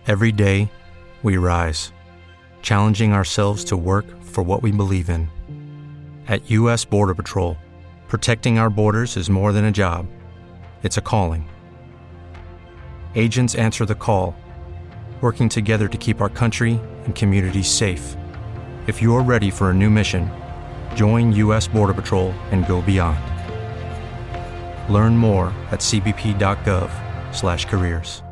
Every day, we rise, challenging ourselves to work for what we believe in. At U.S. Border Patrol, protecting our borders is more than a job. It's a calling. Agents answer the call, working together to keep our country and communities safe. If you're ready for a new mission, join U.S. Border Patrol and go beyond. Learn more at cbp.gov/careers.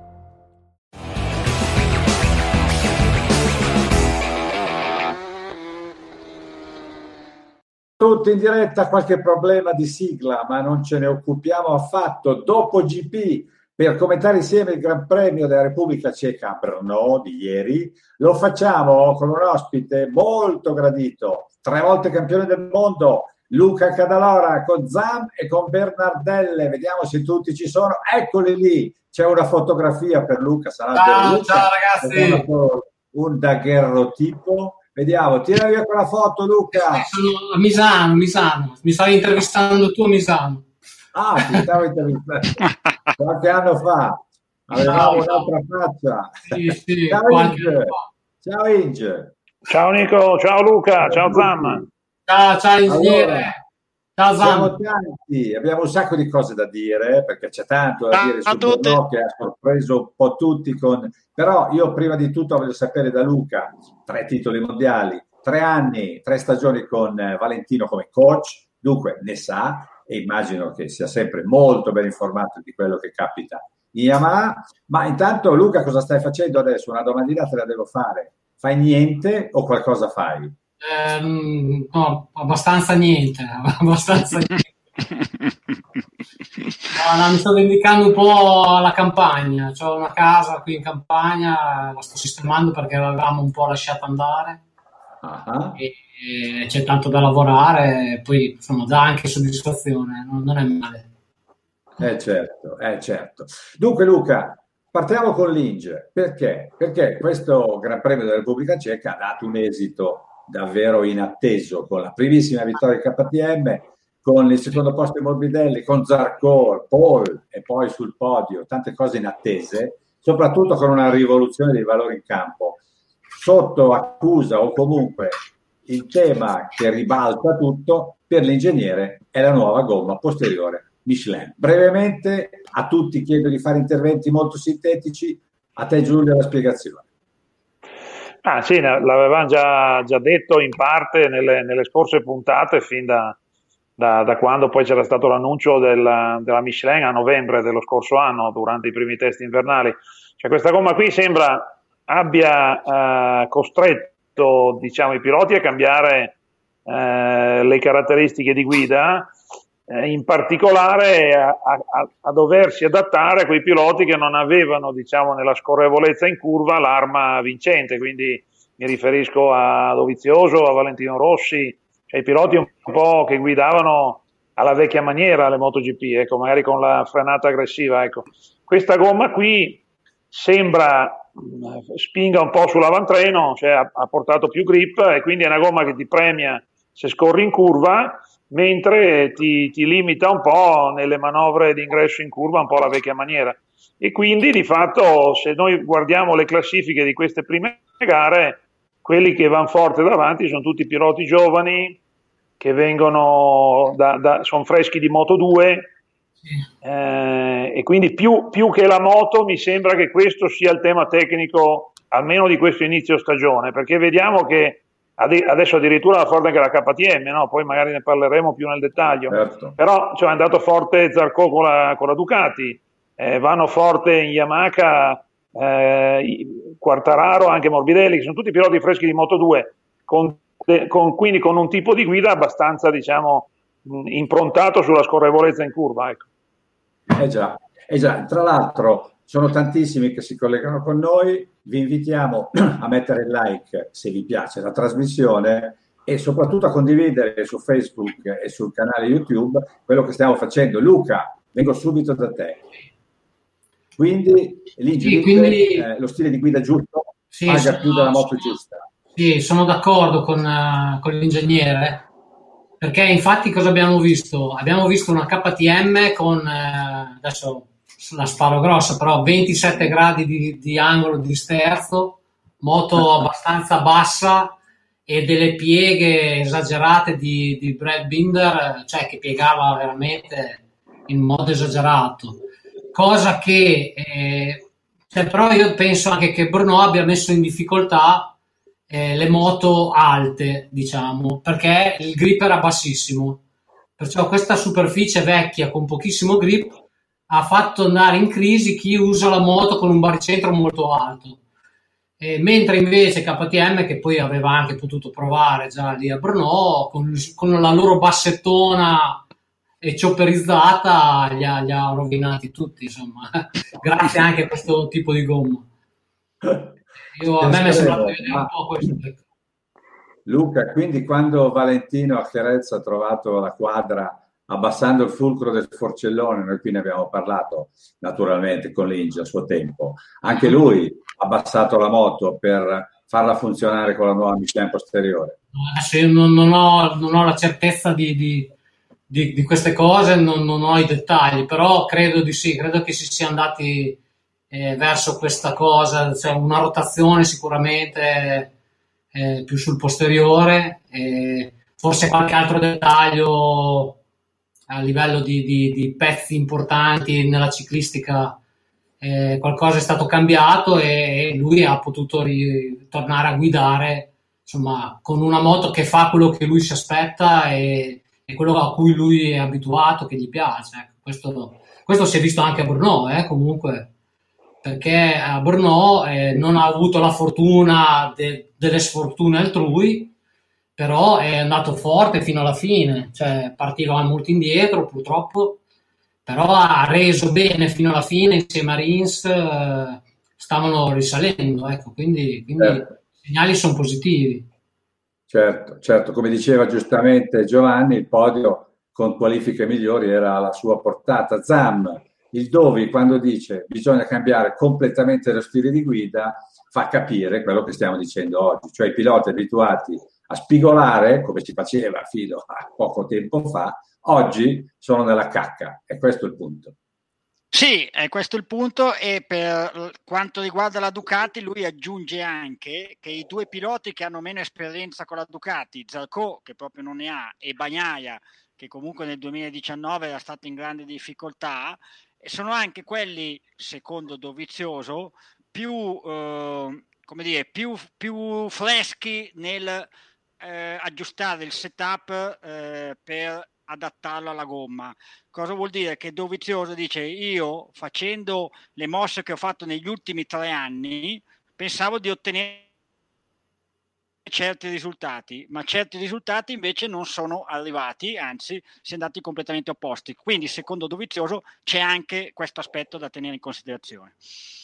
Tutti in diretta, qualche problema di sigla, ma non ce ne occupiamo affatto. Dopo GP, per commentare insieme il Gran Premio della Repubblica Ceca a Brno di ieri, lo facciamo con un ospite molto gradito, 3 volte campione del mondo, Luca Cadalora, con Zam e con Bernardelle. Vediamo se tutti ci sono. Eccoli lì, c'è una fotografia per Luca. Sarà ciao ragazzi, un daguerrotipo. Vediamo, tira via quella foto, Luca. Sono a Misano, mi stavi intervistando tu a Misano. Ah, ti stavo intervistando qualche anno fa, avevamo un'altra faccia. Sì, ciao Inge. Ciao Inge. Ciao Nico, ciao Luca, ciao Zam. Ciao ingegnere. Allora, ciao Zam. Siamo tanti, abbiamo un sacco di cose da dire, perché c'è tanto da dire su Brno che ha sorpreso un po' tutti però io prima di tutto voglio sapere da Luca: 3 titoli mondiali, 3 anni, 3 stagioni con Valentino come coach, dunque ne sa, e immagino che sia sempre molto ben informato di quello che capita in Yamaha. Ma intanto, Luca, cosa stai facendo adesso? Una domandina te la devo fare. Fai niente o qualcosa fai? No, abbastanza niente. No, mi sto dedicando un po' alla campagna. C'ho una casa qui in campagna, la sto sistemando perché l'avevamo un po' lasciata andare. E c'è tanto da lavorare, poi insomma dà anche soddisfazione, non è male. Certo. Dunque Luca, partiamo con l'Inge. Perché questo Gran Premio della Repubblica Ceca ha dato un esito davvero inatteso, con la primissima vittoria del KTM, con il secondo posto di Morbidelli, con Zarco, Paul e poi sul podio, tante cose inattese, soprattutto con una rivoluzione dei valori in campo. Sotto accusa, o comunque il tema che ribalta tutto per l'ingegnere, è la nuova gomma posteriore Michelin. Brevemente a tutti chiedo di fare interventi molto sintetici. A te Giulio la spiegazione. Sì, l'avevamo già detto in parte nelle scorse puntate, fin da quando poi c'era stato l'annuncio della Michelin a novembre dello scorso anno, durante i primi test invernali. Cioè, questa gomma qui sembra abbia costretto, diciamo, i piloti a cambiare le caratteristiche di guida, in particolare a doversi adattare a quei piloti che non avevano, diciamo, nella scorrevolezza in curva l'arma vincente. Quindi mi riferisco a Dovizioso, a Valentino Rossi, cioè i piloti un po' che guidavano alla vecchia maniera le MotoGP, ecco, magari con la frenata aggressiva. Ecco, questa gomma qui sembra spinga un po' sull'avantreno, cioè ha portato più grip, e quindi è una gomma che ti premia se scorri in curva, mentre ti limita un po' nelle manovre di ingresso in curva, un po' alla vecchia maniera. E quindi di fatto, se noi guardiamo le classifiche di queste prime gare, quelli che vanno forte davanti sono tutti piloti giovani che vengono sono freschi di Moto2, e quindi più che la moto mi sembra che questo sia il tema tecnico, almeno di questo inizio stagione, perché vediamo che adesso addirittura va forte anche la KTM, no? Poi magari ne parleremo più nel dettaglio. Certo. Però è andato forte Zarco con la Ducati, vanno forte in Yamaha Quartararo, anche Morbidelli, che sono tutti piloti freschi di Moto2, quindi con un tipo di guida abbastanza, diciamo, improntato sulla scorrevolezza in curva, ecco. Già. Tra l'altro sono tantissimi che si collegano con noi, vi invitiamo a mettere il like se vi piace la trasmissione e soprattutto a condividere su Facebook e sul canale YouTube quello che stiamo facendo. Luca, vengo subito da te. Quindi lo stile di guida giusto paga più della moto giusta. Sì, sono d'accordo con l'ingegnere, perché infatti cosa abbiamo visto? Abbiamo visto una KTM con adesso la sparo grossa, però 27 gradi di angolo di sterzo, moto abbastanza bassa e delle pieghe esagerate di Brad Binder, cioè che piegava veramente in modo esagerato, cosa che cioè, però io penso anche che Brno abbia messo in difficoltà le moto alte, diciamo, perché il grip era bassissimo, perciò questa superficie vecchia con pochissimo grip ha fatto andare in crisi chi usa la moto con un baricentro molto alto. Mentre invece KTM, che poi aveva anche potuto provare già lì a Brno, con la loro bassettona e chopperizzata li ha rovinati tutti, insomma, grazie anche a questo tipo di gomma. A me mi è sembrato di vedere un po' questo. Luca, quindi quando Valentino a Jerez ha trovato la quadra abbassando il fulcro del Forcellone, noi qui ne abbiamo parlato naturalmente con Linge a suo tempo, anche lui ha abbassato la moto per farla funzionare con la nuova Michelin posteriore. Adesso io non ho la certezza di queste cose, non ho i dettagli, però credo di sì, credo che si sia andati verso questa cosa, cioè una rotazione sicuramente più sul posteriore, forse qualche altro dettaglio a livello di pezzi importanti nella ciclistica, qualcosa è stato cambiato e lui ha potuto tornare a guidare, insomma, con una moto che fa quello che lui si aspetta e quello a cui lui è abituato, che gli piace. Questo si è visto anche a Brno, comunque, perché a Brno non ha avuto la fortuna delle sfortune altrui, però è andato forte fino alla fine, cioè partiva molto indietro purtroppo, però ha reso bene fino alla fine insieme a Rins, stavano risalendo, ecco, quindi certo. I segnali sono positivi. Certo, come diceva giustamente Giovanni, il podio con qualifiche migliori era alla sua portata. Zam, il Dovi, quando dice bisogna cambiare completamente lo stile di guida, fa capire quello che stiamo dicendo oggi, cioè i piloti abituati a spigolare, come si faceva fino a poco tempo fa, oggi sono nella cacca, e questo è il punto. Sì, questo è il punto, e per quanto riguarda la Ducati lui aggiunge anche che i due piloti che hanno meno esperienza con la Ducati, Zarco, che proprio non ne ha, e Bagnaia, che comunque nel 2019 era stato in grande difficoltà, sono anche quelli, secondo Dovizioso, più freschi nel aggiustare il setup per adattarlo alla gomma. Cosa vuol dire? Che Dovizioso dice: io, facendo le mosse che ho fatto negli ultimi 3 anni, pensavo di ottenere certi risultati, ma certi risultati invece non sono arrivati, anzi si è andati completamente opposti. Quindi secondo Dovizioso c'è anche questo aspetto da tenere in considerazione.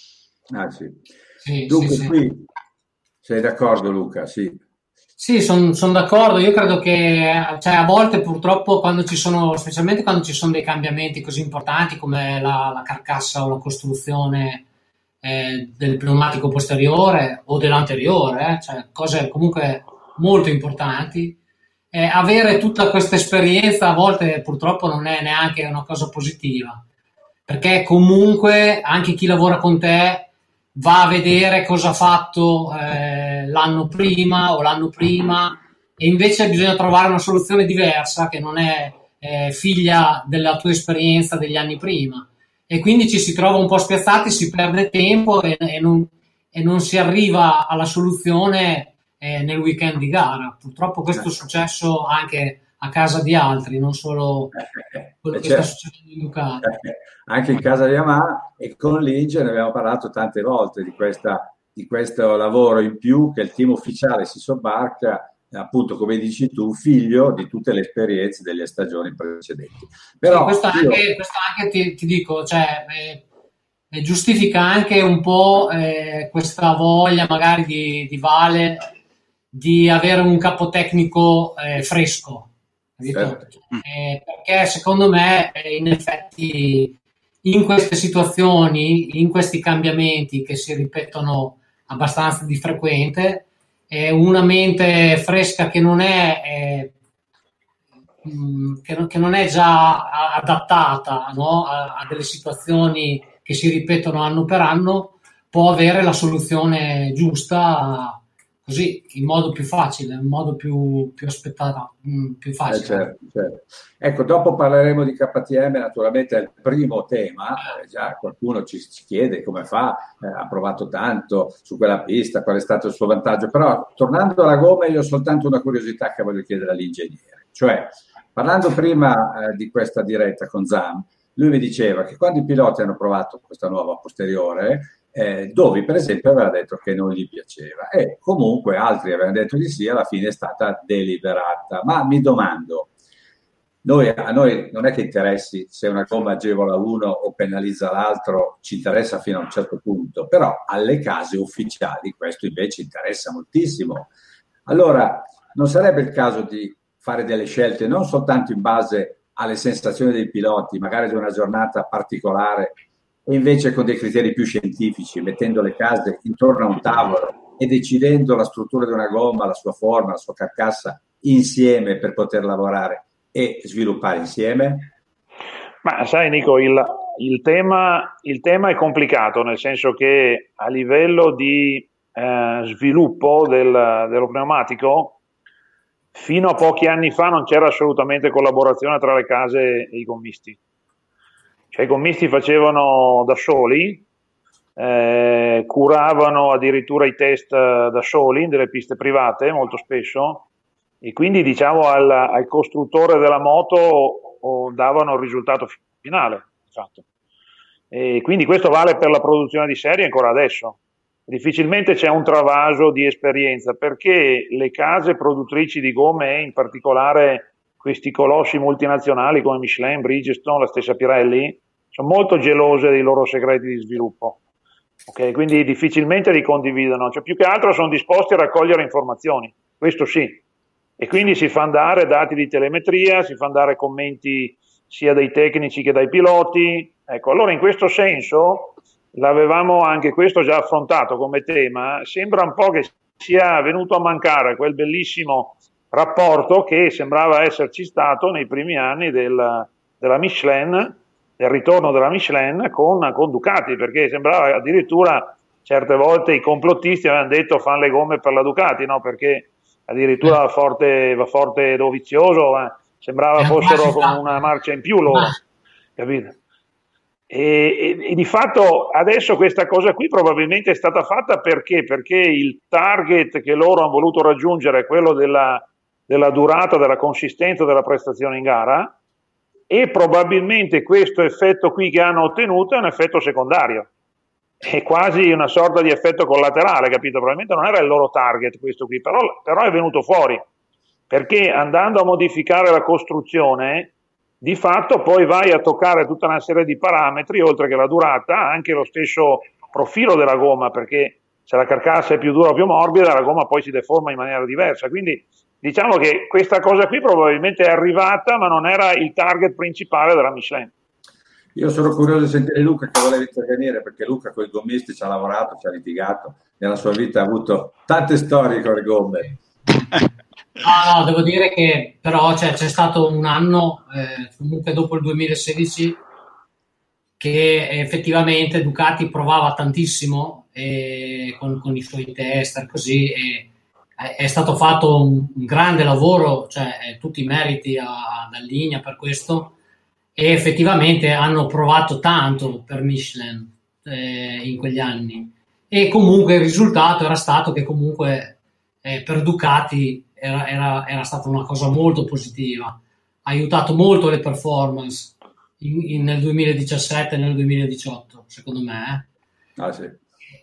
Sì. Dunque qui sei d'accordo, Luca? Sì, sono d'accordo. Io credo che a volte purtroppo specialmente quando ci sono dei cambiamenti così importanti come la carcassa o la costruzione del pneumatico posteriore o dell'anteriore, cioè cose comunque molto importanti, avere tutta questa esperienza a volte purtroppo non è neanche una cosa positiva, perché comunque anche chi lavora con te va a vedere cosa ha fatto l'anno prima o l'anno prima, e invece bisogna trovare una soluzione diversa che non è figlia della tua esperienza degli anni prima, e quindi ci si trova un po' spiazzati, si perde tempo e non si arriva alla soluzione nel weekend di gara. Purtroppo questo è successo anche a casa di altri, non solo quello che sta succedendo in Ducati. Anche in casa di Yamaha, e con Linge ne abbiamo parlato tante volte di questo lavoro in più che il team ufficiale si sobbarca, appunto come dici tu, figlio di tutte le esperienze delle stagioni precedenti. Però questo anche ti dico, cioè giustifica anche un po' questa voglia magari di Vale di avere un capotecnico fresco, certo. Perché secondo me in effetti in queste situazioni, in questi cambiamenti che si ripetono abbastanza di frequente, una mente fresca che non è che non è già adattata, no? a delle situazioni che si ripetono anno per anno, può avere la soluzione giusta così, in modo più facile, in modo più aspettato, più facile. Certo. Ecco, dopo parleremo di KTM, naturalmente è il primo tema, già qualcuno ci chiede come fa, ha provato tanto su quella pista, qual è stato il suo vantaggio, però tornando alla gomma io ho soltanto una curiosità che voglio chiedere all'ingegnere, cioè parlando prima di questa diretta con Zam, lui mi diceva che quando i piloti hanno provato questa nuova posteriore, Dovi per esempio aveva detto che non gli piaceva e comunque altri avevano detto di sì, alla fine è stata deliberata. Ma mi domando, a noi non è che interessi se una gomma agevola uno o penalizza l'altro, ci interessa fino a un certo punto, però alle case ufficiali questo invece interessa moltissimo. Allora non sarebbe il caso di fare delle scelte non soltanto in base alle sensazioni dei piloti, magari di una giornata particolare, e invece con dei criteri più scientifici, mettendo le case intorno a un tavolo e decidendo la struttura di una gomma, la sua forma, la sua carcassa insieme per poter lavorare e sviluppare insieme? Ma sai Nico, il tema è complicato, nel senso che a livello di sviluppo dello pneumatico, fino a pochi anni fa non c'era assolutamente collaborazione tra le case e i gommisti. Cioè i gommisti facevano da soli, curavano addirittura i test da soli in delle piste private molto spesso, e quindi diciamo al costruttore della moto davano il risultato finale, esatto. E quindi questo vale per la produzione di serie ancora adesso. Difficilmente c'è un travaso di esperienza, perché le case produttrici di gomme, in particolare questi colossi multinazionali come Michelin, Bridgestone, la stessa Pirelli, sono molto gelose dei loro segreti di sviluppo. Okay? Quindi difficilmente li condividono, cioè più che altro sono disposti a raccogliere informazioni, questo sì, e quindi si fanno dare dati di telemetria, si fanno dare commenti sia dai tecnici che dai piloti. Ecco, allora in questo senso l'avevamo anche questo già affrontato come tema, sembra un po' che sia venuto a mancare quel bellissimo rapporto che sembrava esserci stato nei primi anni della Michelin, del ritorno della Michelin con Ducati, perché sembrava addirittura certe volte i complottisti avevano detto fanno le gomme per la Ducati, no? Perché addirittura va forte Dovizioso, sembrava fossero con una marcia in più loro, capito? E di fatto adesso questa cosa qui probabilmente è stata fatta perché il target che loro hanno voluto raggiungere è quello della durata, della consistenza della prestazione in gara, e probabilmente questo effetto qui che hanno ottenuto è un effetto secondario, è quasi una sorta di effetto collaterale, capito? Probabilmente non era il loro target questo qui, però è venuto fuori, perché andando a modificare la costruzione di fatto poi vai a toccare tutta una serie di parametri, oltre che la durata, anche lo stesso profilo della gomma, perché se la carcassa è più dura o più morbida, la gomma poi si deforma in maniera diversa. Quindi diciamo che questa cosa qui probabilmente è arrivata, ma non era il target principale della Michelin. Io sono curioso di sentire Luca che voleva intervenire, perché Luca con i gommisti ci ha lavorato, ci ha litigato, nella sua vita ha avuto tante storie con le gomme. No, devo dire che però c'è stato un anno, comunque dopo il 2016, che effettivamente Ducati provava tantissimo con i suoi tester, così, e è stato fatto un grande lavoro, cioè tutti i meriti ad Alligna per questo, e effettivamente hanno provato tanto per Michelin in quegli anni, e comunque il risultato era stato che comunque per Ducati era stata una cosa molto positiva, ha aiutato molto le performance nel 2017 e nel 2018, secondo me. Sì.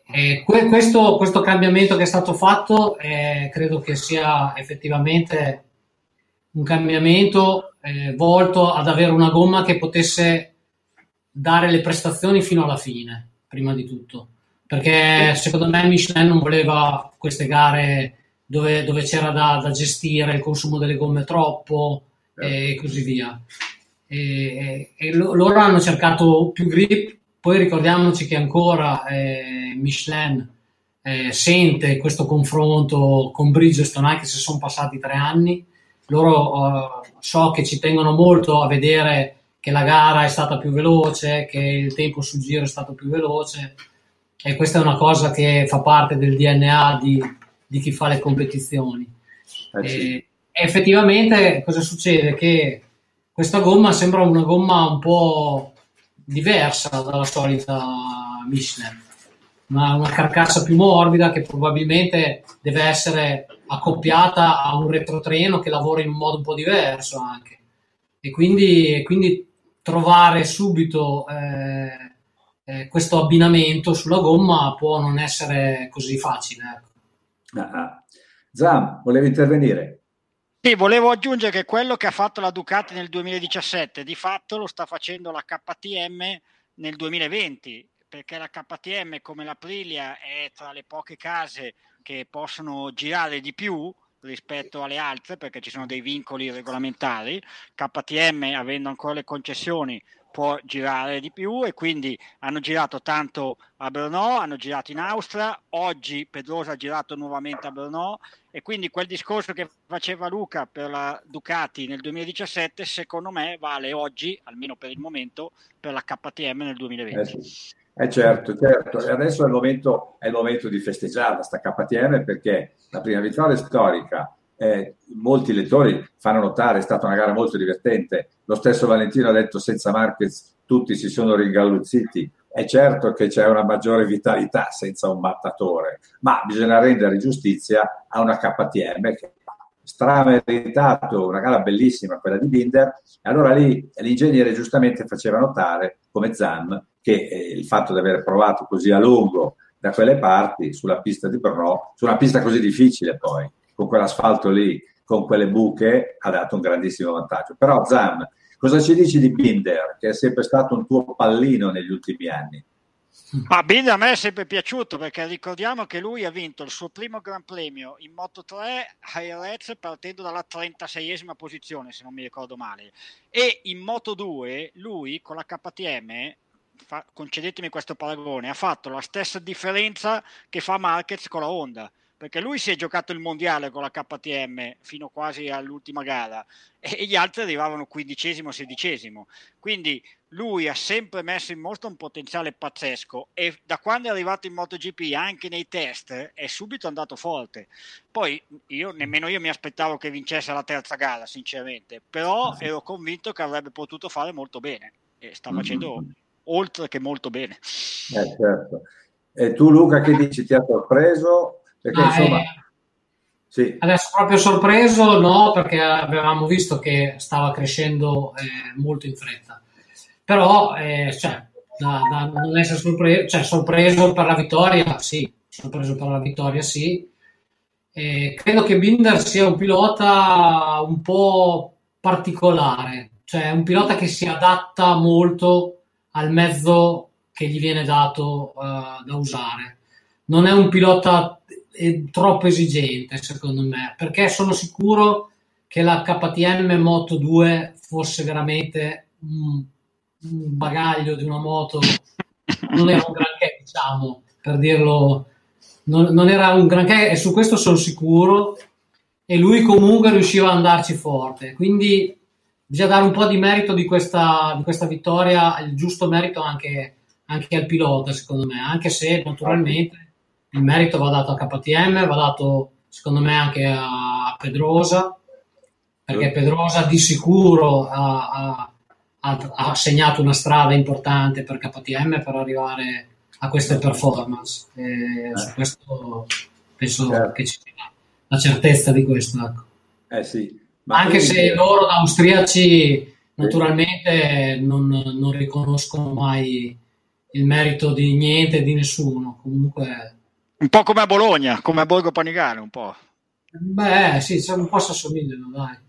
Questo cambiamento che è stato fatto credo che sia effettivamente un cambiamento volto ad avere una gomma che potesse dare le prestazioni fino alla fine, prima di tutto, perché secondo me Michelin non voleva queste gare dove c'era da gestire il consumo delle gomme troppo e così via, e loro hanno cercato più grip. Poi ricordiamoci che ancora Michelin sente questo confronto con Bridgestone, anche se sono passati 3 anni, loro so che ci tengono molto a vedere che la gara è stata più veloce, che il tempo sul giro è stato più veloce, e questa è una cosa che fa parte del DNA di chi fa le competizioni. Sì. E effettivamente cosa succede? Che questa gomma sembra una gomma un po' diversa dalla solita Michelin, una carcassa più morbida che probabilmente deve essere accoppiata a un retrotreno che lavora in un modo un po' diverso anche, e quindi trovare subito questo abbinamento sulla gomma può non essere così facile. Zam, volevi intervenire? Sì, volevo aggiungere che quello che ha fatto la Ducati nel 2017 di fatto lo sta facendo la KTM nel 2020, perché la KTM, come l'Aprilia, è tra le poche case che possono girare di più rispetto alle altre, perché ci sono dei vincoli regolamentari. KTM, avendo ancora le concessioni, può girare di più, e quindi hanno girato tanto a Brno, hanno girato in Austria, oggi Pedrosa ha girato nuovamente a Brno, e quindi quel discorso che faceva Luca per la Ducati nel 2017 secondo me vale oggi, almeno per il momento, per la KTM nel 2020. Certo. E adesso è il momento di festeggiarla sta KTM, perché la prima vittoria storica, molti lettori fanno notare, è stata una gara molto divertente. Lo stesso Valentino ha detto senza Marquez tutti si sono ringalluzziti. È certo che c'è una maggiore vitalità senza un mattatore, ma bisogna rendere giustizia a una KTM che ha strameritato una gara bellissima, quella di Binder, e allora lì l'ingegnere giustamente faceva notare, come Zam, che il fatto di aver provato così a lungo da quelle parti sulla pista di Brno, su una pista così difficile poi, con quell'asfalto lì, con quelle buche, ha dato un grandissimo vantaggio. Però Zam, cosa ci dici di Binder, che è sempre stato un tuo pallino negli ultimi anni? Binder a me è sempre piaciuto, perché ricordiamo che lui ha vinto il suo primo Gran Premio in Moto3 a Jerez partendo dalla 36esima posizione, se non mi ricordo male, e in Moto2 lui con la KTM, concedetemi questo paragone, ha fatto la stessa differenza che fa Marquez con la Honda, perché lui si è giocato il mondiale con la KTM fino quasi all'ultima gara e gli altri arrivavano 15esimo, 16esimo, quindi lui ha sempre messo in mostra un potenziale pazzesco, e da quando è arrivato in MotoGP anche nei test è subito andato forte. Poi nemmeno io mi aspettavo che vincesse la terza gara sinceramente, però ero convinto che avrebbe potuto fare molto bene, e sta facendo oltre che molto bene. Certo. E tu Luca, che dici? Ti ha sorpreso? Perché insomma sì. Adesso proprio sorpreso no, perché avevamo visto che stava crescendo molto in fretta, però non essere sorpreso, sorpreso per la vittoria sì, credo che Binder sia un pilota un po' particolare, cioè un pilota che si adatta molto al mezzo che gli viene dato da usare. Non è un pilota troppo esigente, secondo me, perché sono sicuro che la KTM Moto 2 fosse veramente un bagaglio di una moto, non era un granché, diciamo, per dirlo, non era un granché, e su questo sono sicuro, e lui comunque riusciva ad andarci forte, quindi bisogna dare un po' di merito di questa vittoria, il giusto merito anche al pilota, secondo me, anche se naturalmente il merito va dato a KTM, va dato secondo me anche a Pedrosa, perché Pedrosa di sicuro ha segnato una strada importante per KTM per arrivare a queste performance. Su questo penso che ci sia la certezza di questo. Ecco. Sì. Anche se loro da austriaci naturalmente non riconoscono mai il merito di niente e di nessuno. Comunque un po' come a Bologna, come a Borgo Panigale, un po'. Beh, sì, un po' si assomigliano, dai.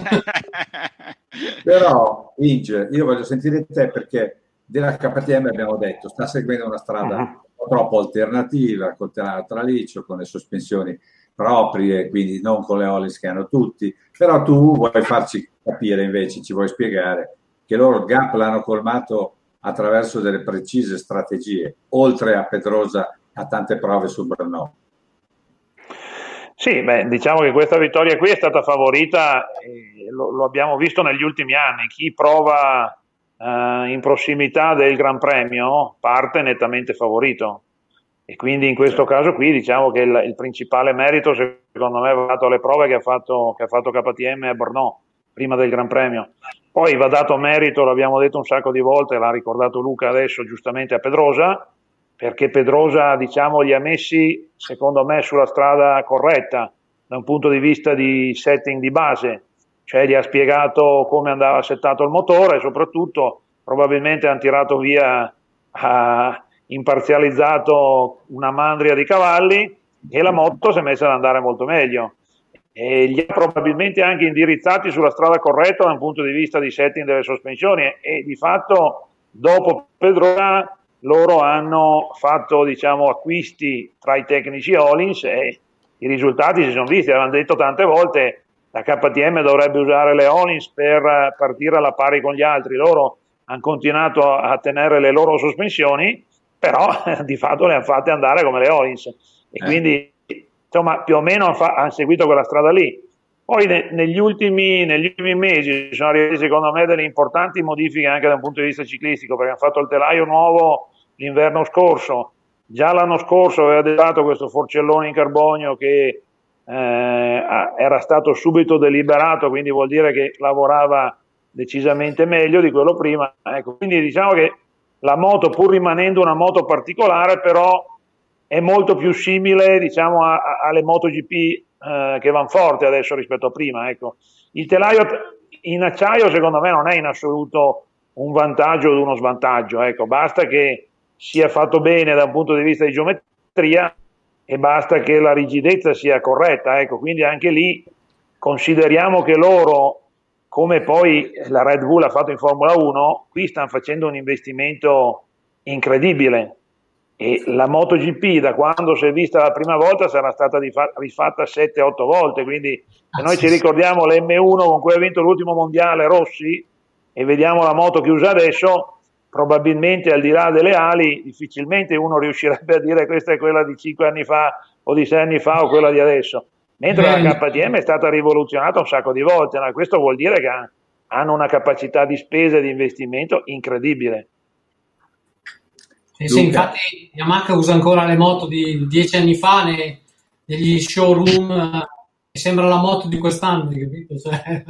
Però, Inge, io voglio sentire te, perché della KTM abbiamo detto, sta seguendo una strada un po' troppo alternativa, col traliccio, con le sospensioni proprie, quindi non con le Olis che hanno tutti. Però tu vuoi farci capire, invece, ci vuoi spiegare che loro il gap l'hanno colmato attraverso delle precise strategie, oltre a Pedrosa a tante prove su Brno. Sì, diciamo che questa vittoria qui è stata favorita, lo abbiamo visto negli ultimi anni. Chi prova in prossimità del Gran Premio parte nettamente favorito, e quindi in questo caso qui diciamo che il principale merito secondo me va dato alle prove che ha fatto KTM a Brno prima del Gran Premio. Poi va dato merito, l'abbiamo detto un sacco di volte, l'ha ricordato Luca adesso giustamente, a Pedrosa, perché Pedrosa diciamo gli ha messi secondo me sulla strada corretta da un punto di vista di setting di base, cioè gli ha spiegato come andava settato il motore e soprattutto probabilmente hanno tirato via, imparzializzato una mandria di cavalli e la moto si è messa ad andare molto meglio, e li ha probabilmente anche indirizzati sulla strada corretta da un punto di vista di setting delle sospensioni, e di fatto dopo Pedrosa loro hanno fatto diciamo acquisti tra i tecnici Öhlins e i risultati si sono visti. Avevano detto tante volte la KTM dovrebbe usare le Öhlins per partire alla pari con gli altri, loro hanno continuato a tenere le loro sospensioni, però di fatto le hanno fatte andare come le Öhlins, e quindi insomma più o meno hanno seguito quella strada lì. Poi negli ultimi mesi sono arrivate secondo me delle importanti modifiche anche da un punto di vista ciclistico, perché hanno fatto il telaio nuovo l'inverno scorso, già l'anno scorso aveva dato questo forcellone in carbonio che era stato subito deliberato, quindi vuol dire che lavorava decisamente meglio di quello prima, ecco, quindi diciamo che la moto, pur rimanendo una moto particolare, però è molto più simile diciamo alle MotoGP che vanno forte adesso rispetto a prima, ecco. Il telaio in acciaio secondo me non è in assoluto un vantaggio o uno svantaggio, ecco, basta che sia fatto bene da un punto di vista di geometria e basta che la rigidezza sia corretta, ecco, quindi anche lì consideriamo che loro, come poi la Red Bull ha fatto in Formula 1, qui stanno facendo un investimento incredibile, e la MotoGP da quando si è vista la prima volta sarà stata rifatta 7-8 volte, quindi se noi ci ricordiamo l'M1 con cui ha vinto l'ultimo mondiale Rossi e vediamo la moto che usa adesso, probabilmente al di là delle ali difficilmente uno riuscirebbe a dire questa è quella di 5 anni fa o di 6 anni fa o quella di adesso, mentre la KTM è stata rivoluzionata un sacco di volte, no? Questo vuol dire che hanno una capacità di spesa e di investimento incredibile. Sì, infatti Yamaha usa ancora le moto di 10 anni fa negli showroom, e sembra la moto di quest'anno, capito? Cioè,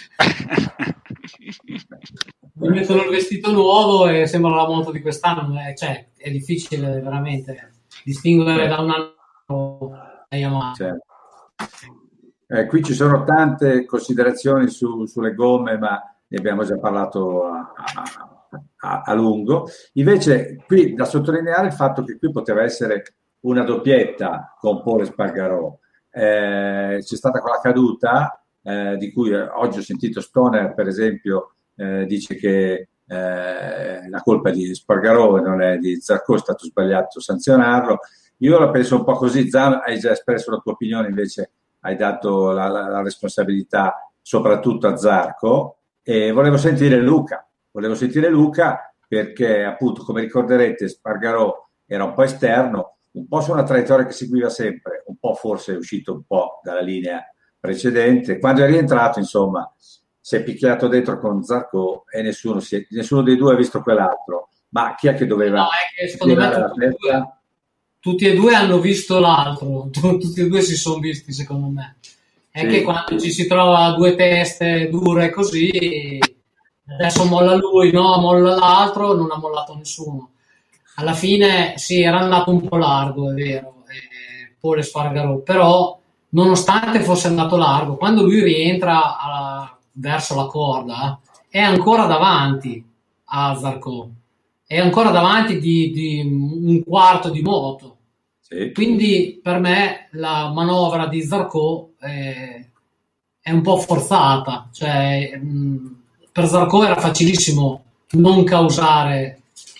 mi mettono il vestito nuovo e sembra la moto di quest'anno, cioè, è difficile veramente distinguere da un anno la Yamaha. Certo. Qui ci sono tante considerazioni sulle gomme, ma ne abbiamo già parlato a lungo. Invece qui da sottolineare il fatto che qui poteva essere una doppietta con Pol Espargaró. C'è stata quella caduta di cui oggi ho sentito Stoner per esempio dice che la colpa di Espargaró e non è di Zarco, è stato sbagliato sanzionarlo. Io la penso un po' così. Zan, hai già espresso la tua opinione, invece hai dato la responsabilità soprattutto a Zarco, e volevo sentire Luca perché appunto, come ricorderete, Espargaró era un po' esterno, un po' su una traiettoria che seguiva sempre, un po' forse è uscito un po' dalla linea precedente. Quando è rientrato, insomma, si è picchiato dentro con Zarco e nessuno dei due ha visto quell'altro. Ma chi è che doveva... No, è che secondo me tutti e due hanno visto l'altro, tutti e due si sono visti, secondo me. È sì, che quando ci si trova due teste dure così, adesso molla lui, no, molla l'altro, non ha mollato nessuno. Alla fine sì, era andato un po' largo, è vero, Pol Espargaró, però nonostante fosse andato largo, quando lui rientra verso la corda è ancora davanti a Zarco, è ancora davanti di un quarto di moto. Sì. Quindi per me la manovra di Zarco è un po' forzata, cioè per Zarco era facilissimo non causare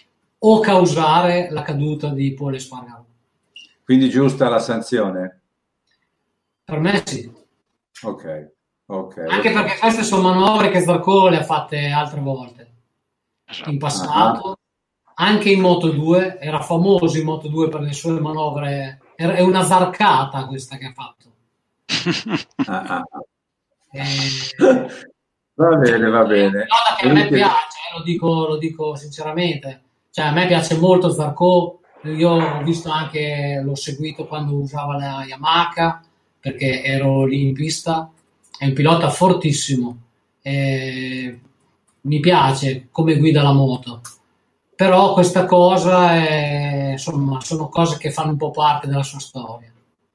la caduta di Pol Espargaró. Quindi giusta la sanzione? Per me sì. Ok. Anche perché queste sono manovre che Zarco le ha fatte altre volte in passato. Anche in Moto2 era famoso in Moto2 per le sue manovre, è una zarcata questa che ha fatto. Va bene, va bene. Che a me piace, lo dico sinceramente. Cioè, a me piace molto Zarco. Io ho visto anche, l'ho seguito quando usava la Yamaha, perché ero lì in pista. È un pilota fortissimo. Mi piace come guida la moto. Però questa cosa insomma, sono cose che fanno un po' parte della sua storia.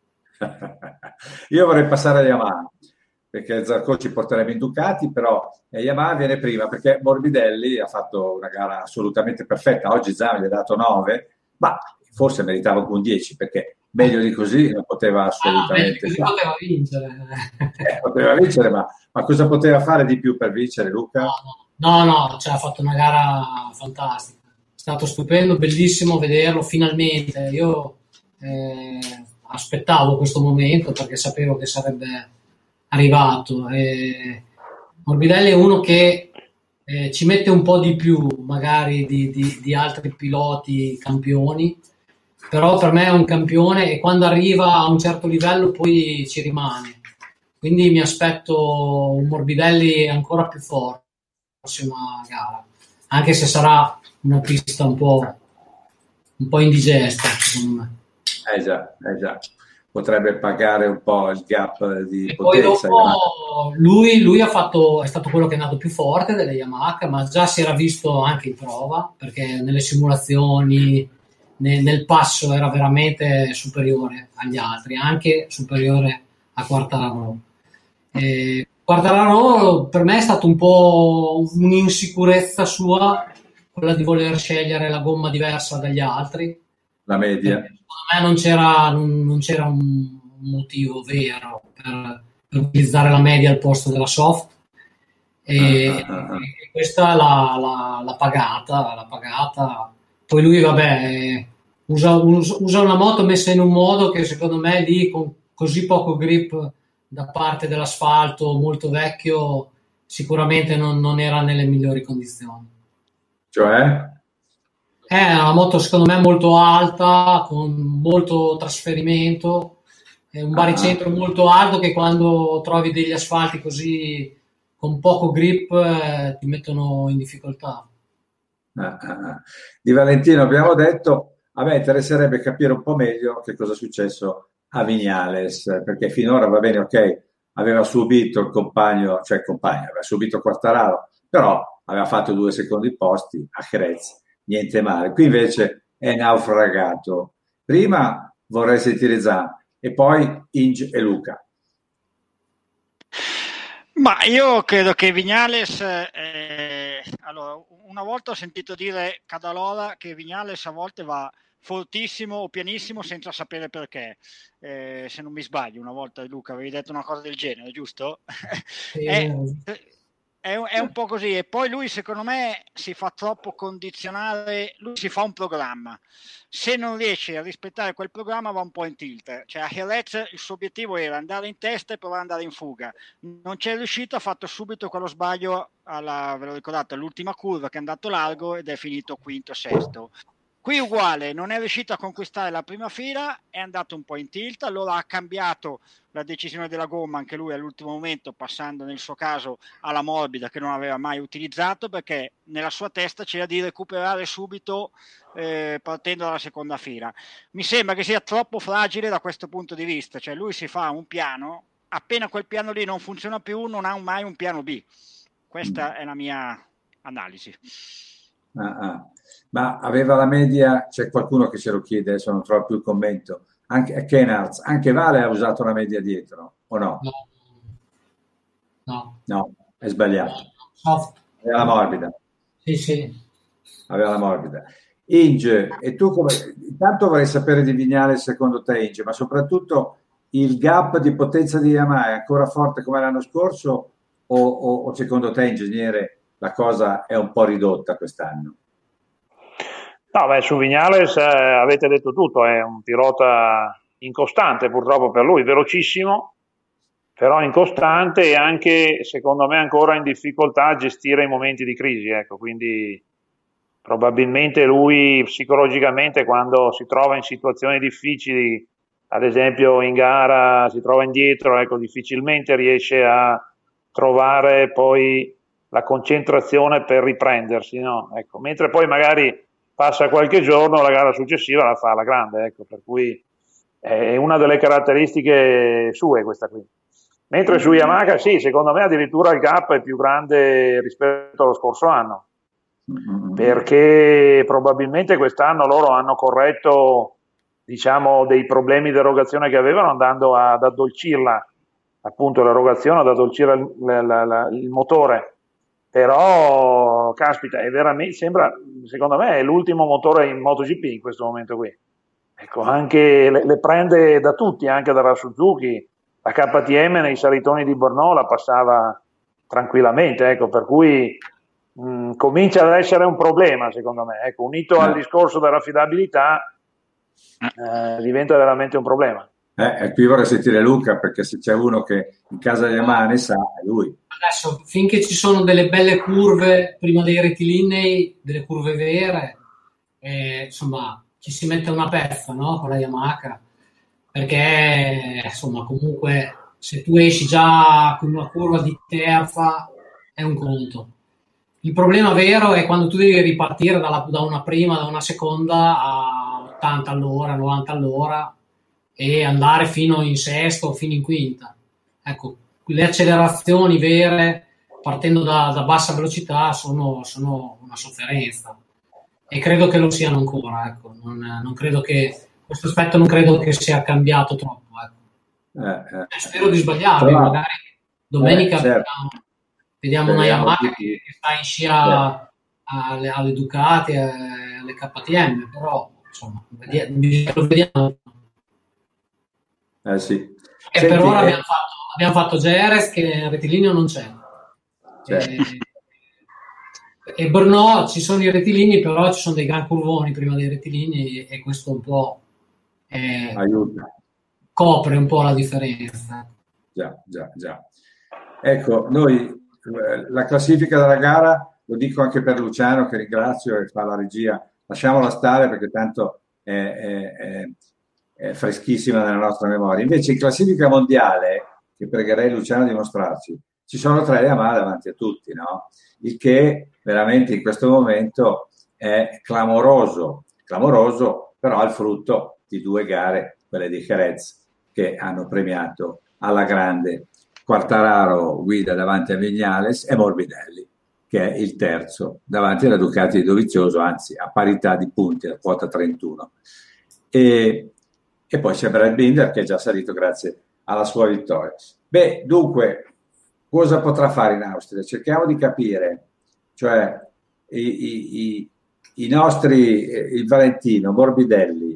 Io vorrei passare a Yamaha, perché Zarco ci porterebbe in Ducati, però Yamaha viene prima, perché Morbidelli ha fatto una gara assolutamente perfetta. Oggi Zami gli ha dato 9, ma forse meritava un 10, perché meglio di così non poteva assolutamente fare. Poteva vincere. Poteva vincere, ma cosa poteva fare di più per vincere, Luca? No, cioè, ha fatto una gara fantastica. È stato stupendo, bellissimo vederlo finalmente. Io aspettavo questo momento perché sapevo che sarebbe arrivato. Morbidelli è uno che ci mette un po' di più magari di altri piloti campioni, però per me è un campione e quando arriva a un certo livello poi ci rimane. Quindi mi aspetto un Morbidelli ancora più forte la prossima gara, anche se sarà una pista un po' indigesta, secondo me. Già. Potrebbe pagare un po' il gap di e potenza. Poi dopo lui è stato quello che è andato più forte delle Yamaha, ma già si era visto anche in prova, perché nelle simulazioni, nel passo era veramente superiore agli altri, anche superiore a Quartararo. Quartararo per me è stato un po' un'insicurezza sua, quella di voler scegliere la gomma diversa dagli altri. La media. Secondo me non c'era un motivo vero per utilizzare la media al posto della soft. E questa l'ha pagata. Poi lui, vabbè, usa una moto messa in un modo che secondo me lì, con così poco grip da parte dell'asfalto, molto vecchio, sicuramente non era nelle migliori condizioni. Cioè? È una moto secondo me molto alta, con molto trasferimento, è un baricentro molto alto che quando trovi degli asfalti così con poco grip ti mettono in difficoltà. Di Valentino abbiamo detto, a me interesserebbe capire un po' meglio che cosa è successo a Viñales, perché finora va bene, ok, aveva subito il compagno, aveva subito Quartararo, però aveva fatto 2 secondi posti a Jerez. Niente male. Qui invece è naufragato. Prima vorrei sentire Zan e poi Inge e Luca. Ma io credo che Viñales, allora, una volta ho sentito dire Cadalora che Viñales a volte va fortissimo o pianissimo senza sapere perché, se non mi sbaglio. Una volta, Luca, avevi detto una cosa del genere, giusto? È un po' così, e poi lui secondo me si fa troppo condizionare, lui si fa un programma, se non riesce a rispettare quel programma va un po' in tilt. Cioè a Jerez il suo obiettivo era andare in testa e provare ad andare in fuga, non c'è riuscito, ha fatto subito quello sbaglio ve lo ricordate, all'ultima curva che è andato largo ed è finito quinto, sesto. Qui uguale, non è riuscito a conquistare la prima fila, è andato un po' in tilt, allora ha cambiato la decisione della gomma anche lui all'ultimo momento, passando nel suo caso alla morbida che non aveva mai utilizzato, perché nella sua testa c'era di recuperare subito partendo dalla seconda fila. Mi sembra che sia troppo fragile da questo punto di vista, cioè lui si fa un piano, appena quel piano lì non funziona più non ha mai un piano B. Questa è la mia analisi. Ma aveva la media, c'è qualcuno che ce lo chiede, adesso non trovo più il commento, anche Kenhardt, anche Vale ha usato la media dietro, o no? No, è sbagliato. Aveva la morbida. Sì. Aveva la morbida. Inge, e tu intanto vorrei sapere di Viñales secondo te, Inge, ma soprattutto il gap di potenza di Yamaha è ancora forte come l'anno scorso o secondo te, ingegnere, la cosa è un po' ridotta quest'anno? No, su Viñales avete detto tutto, è un pilota incostante purtroppo per lui, velocissimo, però incostante e anche, secondo me, ancora in difficoltà a gestire i momenti di crisi, ecco, quindi probabilmente lui psicologicamente quando si trova in situazioni difficili ad esempio in gara si trova indietro, ecco, difficilmente riesce a trovare poi la concentrazione per riprendersi, no? Ecco, mentre poi magari passa qualche giorno, la gara successiva la fa alla grande, ecco, per cui è una delle caratteristiche sue questa qui. Mentre su Yamaha sì, secondo me addirittura il gap è più grande rispetto allo scorso anno, perché probabilmente quest'anno loro hanno corretto, diciamo, dei problemi di erogazione che avevano, andando ad addolcirla, appunto l'erogazione, ad addolcire il motore. Però caspita, è veramente, sembra, secondo me è l'ultimo motore in MotoGP in questo momento qui. Ecco, anche le prende da tutti, anche dalla Suzuki. La KTM nei salitoni di Brno la passava tranquillamente, ecco, per cui comincia ad essere un problema, secondo me. Ecco, unito al discorso dell'affidabilità, diventa veramente un problema. Qui vorrei sentire Luca, perché se c'è uno che in casa di Yamaha ne sa, è lui. Adesso, finché ci sono delle belle curve prima dei rettilinei, delle curve vere, insomma, ci si mette una pezza, no? Con la Yamaha, perché insomma, comunque, se tu esci già con una curva di terza, è un conto. Il problema vero è quando tu devi ripartire da una prima, da una seconda a 80 all'ora, 90 all'ora e andare fino in sesto, fino in quinta. Ecco, le accelerazioni vere partendo da bassa velocità sono una sofferenza, e credo che lo siano ancora, ecco. Non credo che questo aspetto non credo che sia cambiato troppo, ecco. Spero di sbagliarmi, magari domenica vediamo una Yamaha che sta in scia alle Ducati, alle KTM, però insomma lo vediamo. Sì. E per ora abbiamo fatto Jerez, che il rettilineo non c'è. E Brno ci sono i rettilini, però ci sono dei gran curvoni prima dei rettilini, e questo un po' aiuta, copre un po' la differenza. Già. Ecco, noi la classifica della gara, lo dico anche per Luciano, che ringrazio e fa la regia, lasciamola stare perché tanto è freschissima nella nostra memoria. Invece in classifica mondiale, che pregherei Luciano di mostrarci, ci sono 3 Yamaha davanti a tutti, no? Il che veramente in questo momento è clamoroso, però è il frutto di 2 gare, quelle di Jerez, che hanno premiato alla grande Quartararo guida davanti a Viñales e Morbidelli, che è il terzo davanti alla Ducati di Dovizioso, anzi a parità di punti, a quota 31. E poi c'è Brad Binder, che è già salito grazie alla sua vittoria. Dunque, cosa potrà fare in Austria? Cerchiamo di capire, cioè i nostri, il Valentino, Morbidelli,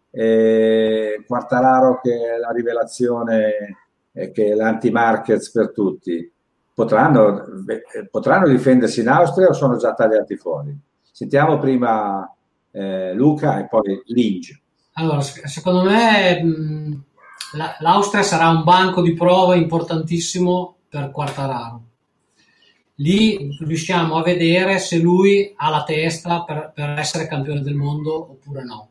Quartararo, che è la rivelazione, che è l'anti-Marquez per tutti, potranno difendersi in Austria o sono già tagliati fuori? Sentiamo prima Luca e poi Linge. Allora, secondo me l'Austria sarà un banco di prova importantissimo per Quartararo. Lì riusciamo a vedere se lui ha la testa per essere campione del mondo oppure no.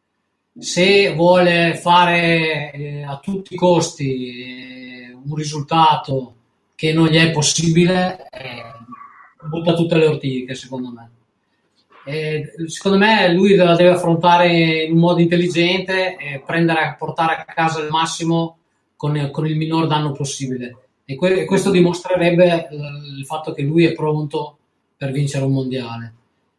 Se vuole fare a tutti i costi un risultato che non gli è possibile, butta tutte le ortiche, secondo me. Secondo me lui la deve affrontare in un modo intelligente e portare a casa il massimo con il minor danno possibile, e questo dimostrerebbe il fatto che lui è pronto per vincere un mondiale.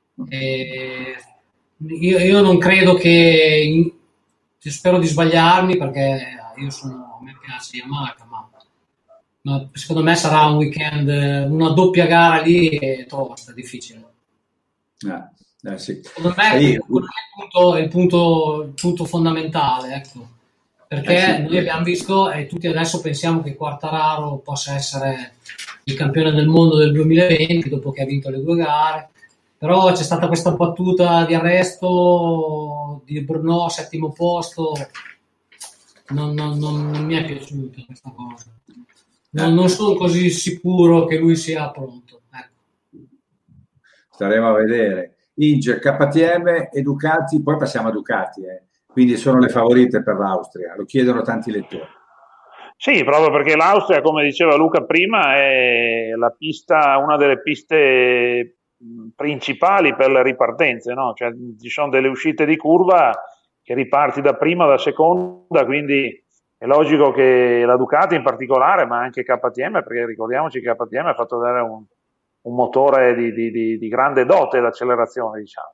Io non credo che spero di sbagliarmi, perché a me piace Yamaha, ma secondo me sarà un weekend, una doppia gara lì è tosta, difficile. Sì. Secondo me è il punto fondamentale, ecco, perché noi abbiamo visto e tutti adesso pensiamo che Quartararo possa essere il campione del mondo del 2020 dopo che ha vinto le 2 gare, però c'è stata questa battuta di arresto di Brno, 7° posto, non mi è piaciuta questa cosa, non sono così sicuro che lui sia pronto, ecco. Staremo a vedere. Inge, KTM e Ducati, poi passiamo a Ducati, quindi sono le favorite per l'Austria, lo chiedono tanti lettori. Sì, proprio perché l'Austria, come diceva Luca prima, è una delle piste principali per le ripartenze, no? Cioè, ci sono delle uscite di curva che riparti da prima o da seconda, quindi è logico che la Ducati in particolare, ma anche KTM, perché ricordiamoci che KTM ha fatto vedere un motore di grande dote d'accelerazione, diciamo.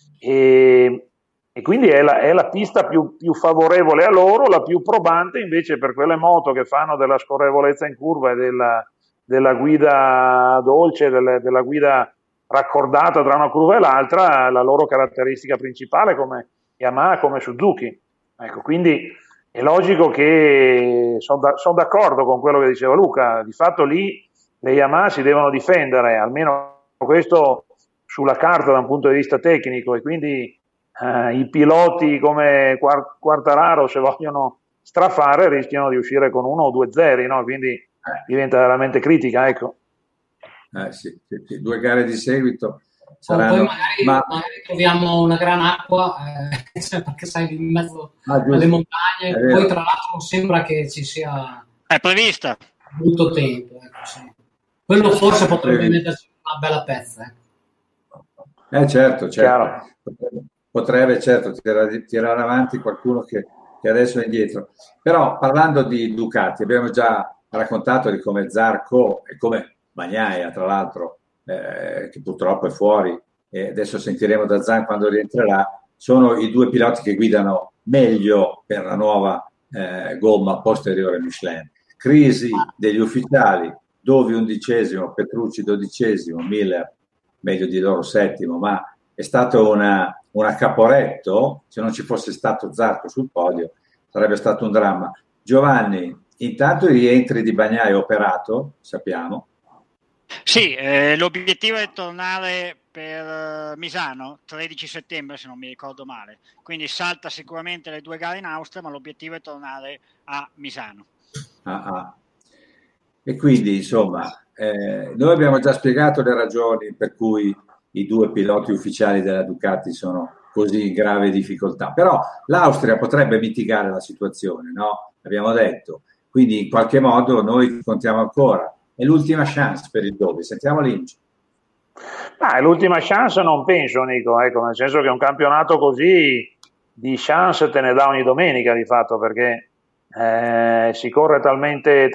E quindi è la pista più favorevole a loro, la più probante invece per quelle moto che fanno della scorrevolezza in curva e della guida dolce, della guida raccordata tra una curva e l'altra, la loro caratteristica principale come Yamaha, come Suzuki. Ecco, quindi è logico che sono d'accordo con quello che diceva Luca, di fatto lì le Yamaha si devono difendere, almeno questo sulla carta da un punto di vista tecnico, e quindi i piloti come Quartararo, se vogliono strafare, rischiano di uscire con 1 o 2 zeri, no? Quindi diventa veramente critica, ecco. Sì. 2 gare di seguito saranno... Poi magari troviamo una gran acqua, perché sai, in mezzo alle montagne, poi tra l'altro sembra che ci sia... È prevista. Brutto tempo, ecco, sì. Quello forse potrebbe metterci una bella pezza. Certo. Potrebbe certo tirare avanti qualcuno che adesso è indietro. Però parlando di Ducati, abbiamo già raccontato di come Zarco e come Bagnaia, tra l'altro, che purtroppo è fuori, e adesso sentiremo da Zan quando rientrerà, sono i 2 piloti che guidano meglio per la nuova gomma posteriore Michelin. Crisi degli ufficiali, Dovi 11°, Petrucci 12°, Miller meglio di loro 7°, ma è stato una Caporetto. Se non ci fosse stato Zarco sul podio sarebbe stato un dramma. Giovanni, intanto i rientri di Bagnaia operato, sappiamo. Sì, l'obiettivo è tornare per Misano 13 settembre, se non mi ricordo male, quindi salta sicuramente le 2 gare in Austria, ma l'obiettivo è tornare a Misano. E quindi insomma noi abbiamo già spiegato le ragioni per cui i 2 piloti ufficiali della Ducati sono così in grave difficoltà, però l'Austria potrebbe mitigare la situazione, no? Abbiamo detto, quindi in qualche modo noi contiamo ancora, è l'ultima chance per il Dovi. Sentiamo Lynch. L'ultima chance non penso, Nico, ecco, nel senso che un campionato così di chance te ne dà ogni domenica di fatto, perché si corre talmente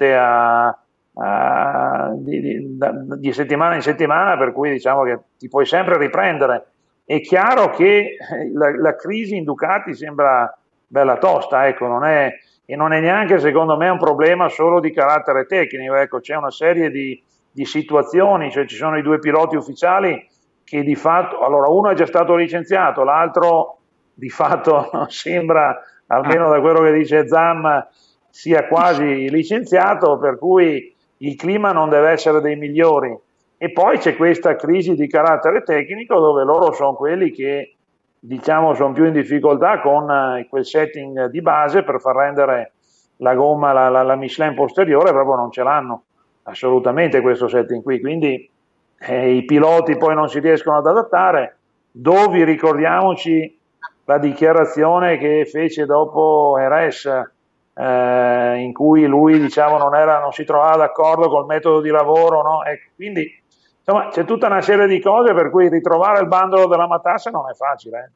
di settimana in settimana, per cui diciamo che ti puoi sempre riprendere. È chiaro che la crisi in Ducati sembra bella tosta, ecco, non è neanche secondo me un problema solo di carattere tecnico, ecco, c'è una serie di situazioni, cioè ci sono i 2 piloti ufficiali che di fatto, allora uno è già stato licenziato, l'altro di fatto sembra, almeno da quello che dice Zam, sia quasi licenziato, per cui il clima non deve essere dei migliori. E poi c'è questa crisi di carattere tecnico dove loro sono quelli che, diciamo, sono più in difficoltà con quel setting di base per far rendere la gomma, la Michelin posteriore, proprio non ce l'hanno assolutamente questo setting qui, quindi i piloti poi non si riescono ad adattare. Dovi, ricordiamoci la dichiarazione che fece dopo Jerez, in cui lui, diciamo, non si trovava d'accordo col metodo di lavoro, no? Quindi insomma c'è tutta una serie di cose per cui ritrovare il bandolo della matassa non è facile.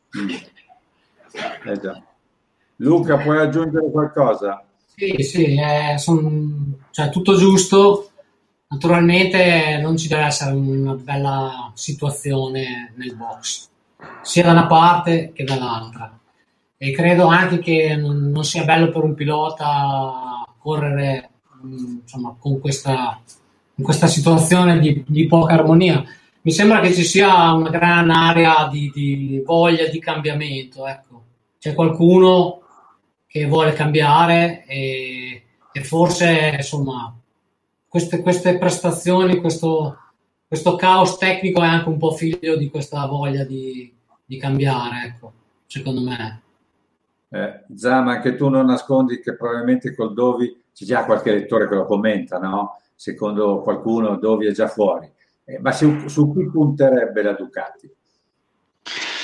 Già. Luca, puoi aggiungere qualcosa? Sì, cioè, tutto giusto. Naturalmente non ci deve essere una bella situazione nel box, sia da una parte che dall'altra. E credo anche che non sia bello per un pilota correre, insomma, con questa situazione di poca armonia. Mi sembra che ci sia una gran area di voglia di cambiamento, ecco. C'è qualcuno che vuole cambiare e forse, insomma, queste prestazioni, questo caos tecnico è anche un po' figlio di questa voglia di cambiare, ecco, secondo me. Zama, anche tu non nascondi che probabilmente col Dovi c'è già qualche lettore che lo commenta, no? Secondo qualcuno Dovi è già fuori, ma su chi punterebbe la Ducati?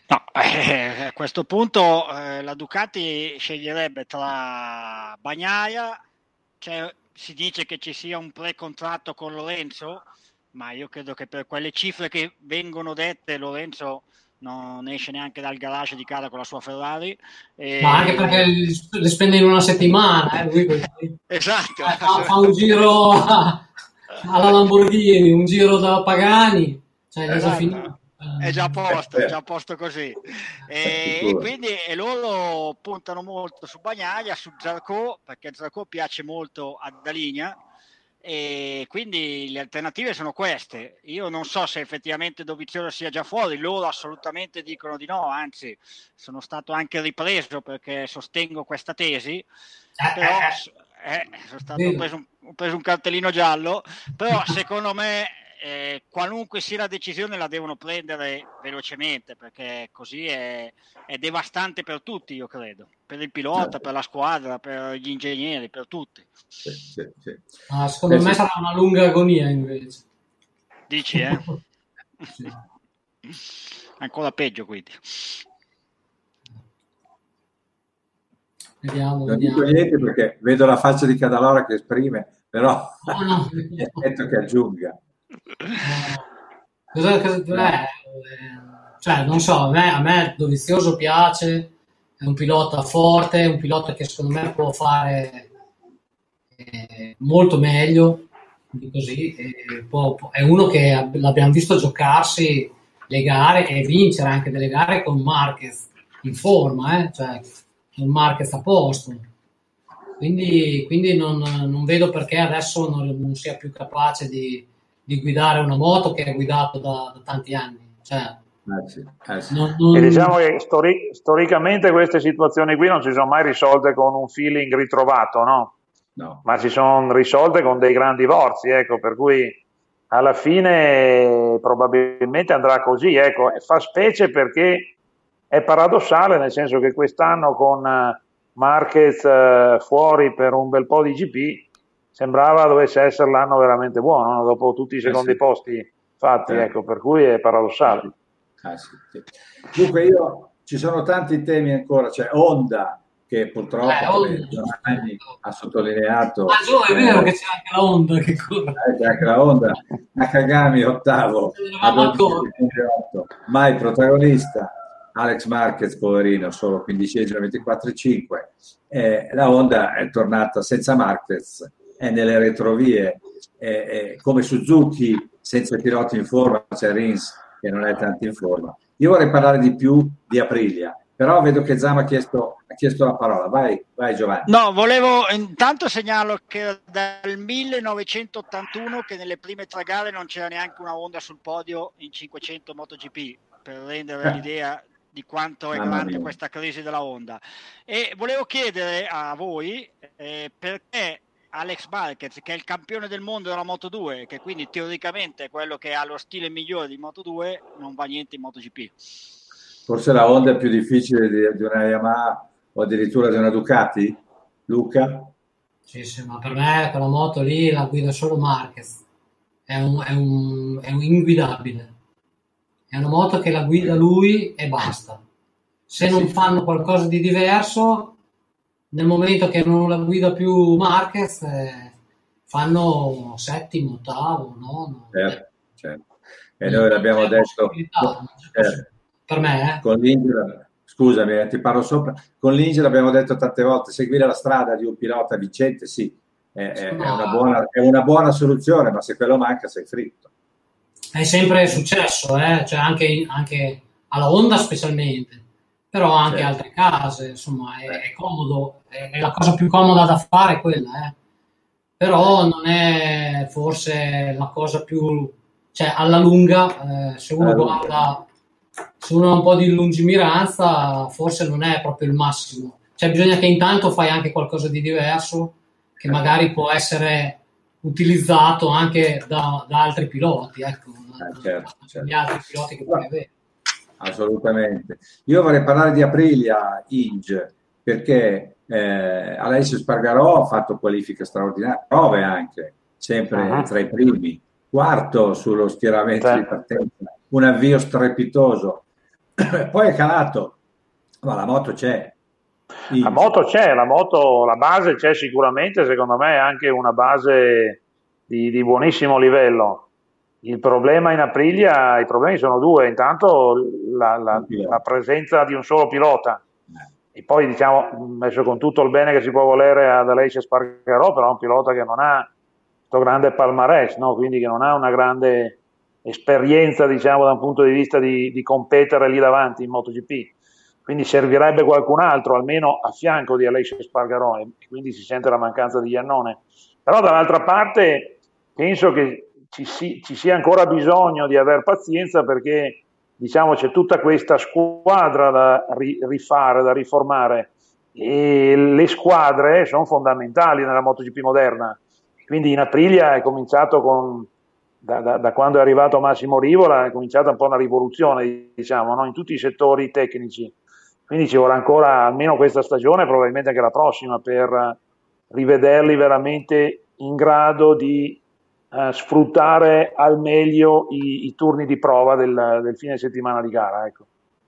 No, a questo punto la Ducati sceglierebbe tra Bagnaia, si dice che ci sia un pre-contratto con Lorenzo, ma io credo che per quelle cifre che vengono dette Lorenzo non esce neanche dal garage di casa con la sua Ferrari. Ma anche perché le spende in una settimana, lui esatto. Fa un giro alla Lamborghini, un giro da Pagani, esatto. È già a posto così. E quindi loro puntano molto su Bagnaia, su Zarco, perché Zarco piace molto a Daligna, e quindi le alternative sono queste. Io non so se effettivamente Dovizioso sia già fuori, loro assolutamente dicono di no, anzi sono stato anche ripreso perché sostengo questa tesi, però sono stato preso un cartellino giallo, però secondo me qualunque sia la decisione la devono prendere velocemente, perché così è devastante per tutti, io credo, per il pilota, per la squadra, per gli ingegneri, per tutti. Sì. Secondo me sarà una lunga agonia invece. Dici, Sì. Ancora peggio, quindi. Vediamo. Non dico niente perché vedo la faccia di Cadalora che esprime, però aspetto che aggiunga. Non so, a me Dovizioso piace, è un pilota forte, è un pilota che secondo me può fare molto meglio di così, è uno che l'abbiamo visto giocarsi le gare e vincere anche delle gare con Marquez in forma, con Marquez a posto, quindi non vedo perché adesso non sia più capace di guidare una moto che è guidato da tanti anni. Sì. E diciamo che storicamente queste situazioni qui non si sono mai risolte con un feeling ritrovato, no? Ma si sono risolte con dei grandi divorzi, per cui alla fine probabilmente andrà così, fa specie perché è paradossale, nel senso che quest'anno con Marquez fuori per un bel po' di GP sembrava dovesse essere l'anno veramente buono, no? Dopo tutti i secondi posti fatti, per cui è paradossale. Sì. Dunque ci sono tanti temi ancora, c'è Honda che purtroppo ha sottolineato. È vero che c'è anche la Honda che corre. C'è anche la Honda, Nakagami ottavo, mai protagonista, Alex Marquez poverino, solo 15esimo, 24,5. La Honda è tornata senza Marquez, è nelle retrovie, come Suzuki senza piloti in forma, c'è Rins che non è tanto in forma. Io vorrei parlare di più di Aprilia, però vedo che Zama ha chiesto la parola. Vai Giovanni. No, intanto segnalo che dal 1981 che nelle prime 3 gare non c'era neanche una Honda sul podio in 500 MotoGP, per rendere l'idea di quanto è grande questa crisi della Honda. E volevo chiedere a voi perché Alex Marquez, che è il campione del mondo della Moto2, che quindi teoricamente è quello che ha lo stile migliore di Moto2, non va niente in MotoGP. Forse la Honda è più difficile di una Yamaha o addirittura di una Ducati, Luca? Sì, ma per me quella moto lì la guida solo Marquez, è un inguidabile, è una moto che la guida lui e basta. Se non fanno qualcosa di diverso, nel momento che non la guida più Marquez, fanno settimo, ottavo, nono. Certo. E noi l'abbiamo detto per me. Con l'Inter, scusami, ti parlo sopra. Con l'Inter abbiamo detto tante volte: seguire la strada di un pilota vincente, sì, è una buona soluzione, ma se quello manca sei fritto. È sempre successo, anche alla Honda specialmente, però anche altre case, insomma, è comodo, è la cosa più comoda da fare quella, però non è forse la cosa più, alla lunga, se uno ha un po' di lungimiranza, forse non è proprio il massimo. Bisogna che intanto fai anche qualcosa di diverso, che magari può essere utilizzato anche da altri piloti, gli altri piloti che puoi avere. Assolutamente. Io vorrei parlare di Aprilia, Inge, perché Alessio Spargarò ha fatto qualifiche straordinarie, prove anche, sempre tra i primi, quarto sullo schieramento di partenza, un avvio strepitoso Poi è calato, ma la moto c'è. La moto c'è, la base c'è sicuramente, secondo me è anche una base di buonissimo livello. Il problema in Aprilia, i problemi sono due: intanto la presenza di un solo pilota, e poi diciamo, messo con tutto il bene che si può volere ad Aleix Espargaró, però è un pilota che non ha questo grande palmarès, no? Quindi che non ha una grande esperienza, diciamo, da un punto di vista di competere lì davanti in MotoGP. Quindi servirebbe qualcun altro almeno a fianco di Aleix Espargaró, e quindi si sente la mancanza di Iannone. Però dall'altra parte penso che ci sia ancora bisogno di aver pazienza, perché diciamo c'è tutta questa squadra da rifare, da riformare, e le squadre sono fondamentali nella MotoGP moderna. Quindi in Aprilia è cominciato da quando è arrivato Massimo Rivola, è cominciata un po' una rivoluzione, diciamo, no? In tutti i settori tecnici. Quindi ci vorrà ancora almeno questa stagione, probabilmente anche la prossima, per rivederli veramente in grado di sfruttare al meglio i turni di prova del fine settimana di gara. Ecco.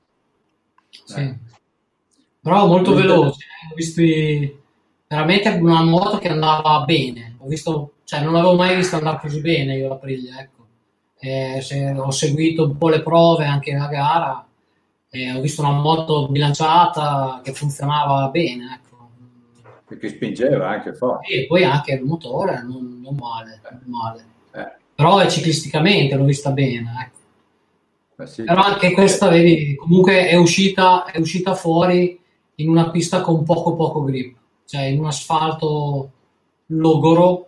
Sì. Però molto veloce, ho visto veramente una moto che andava bene, non l'avevo mai visto andare così bene io l'Aprilia, ecco. Ho seguito un po' le prove anche la gara, ho visto una moto bilanciata che funzionava bene, ecco. Perché spingeva anche forte. E poi anche il motore non male. Però ciclisticamente l'ho vista bene, ecco. Sì. Però anche questa, vedi, comunque è uscita fuori in una pista con poco grip, cioè in un asfalto logoro,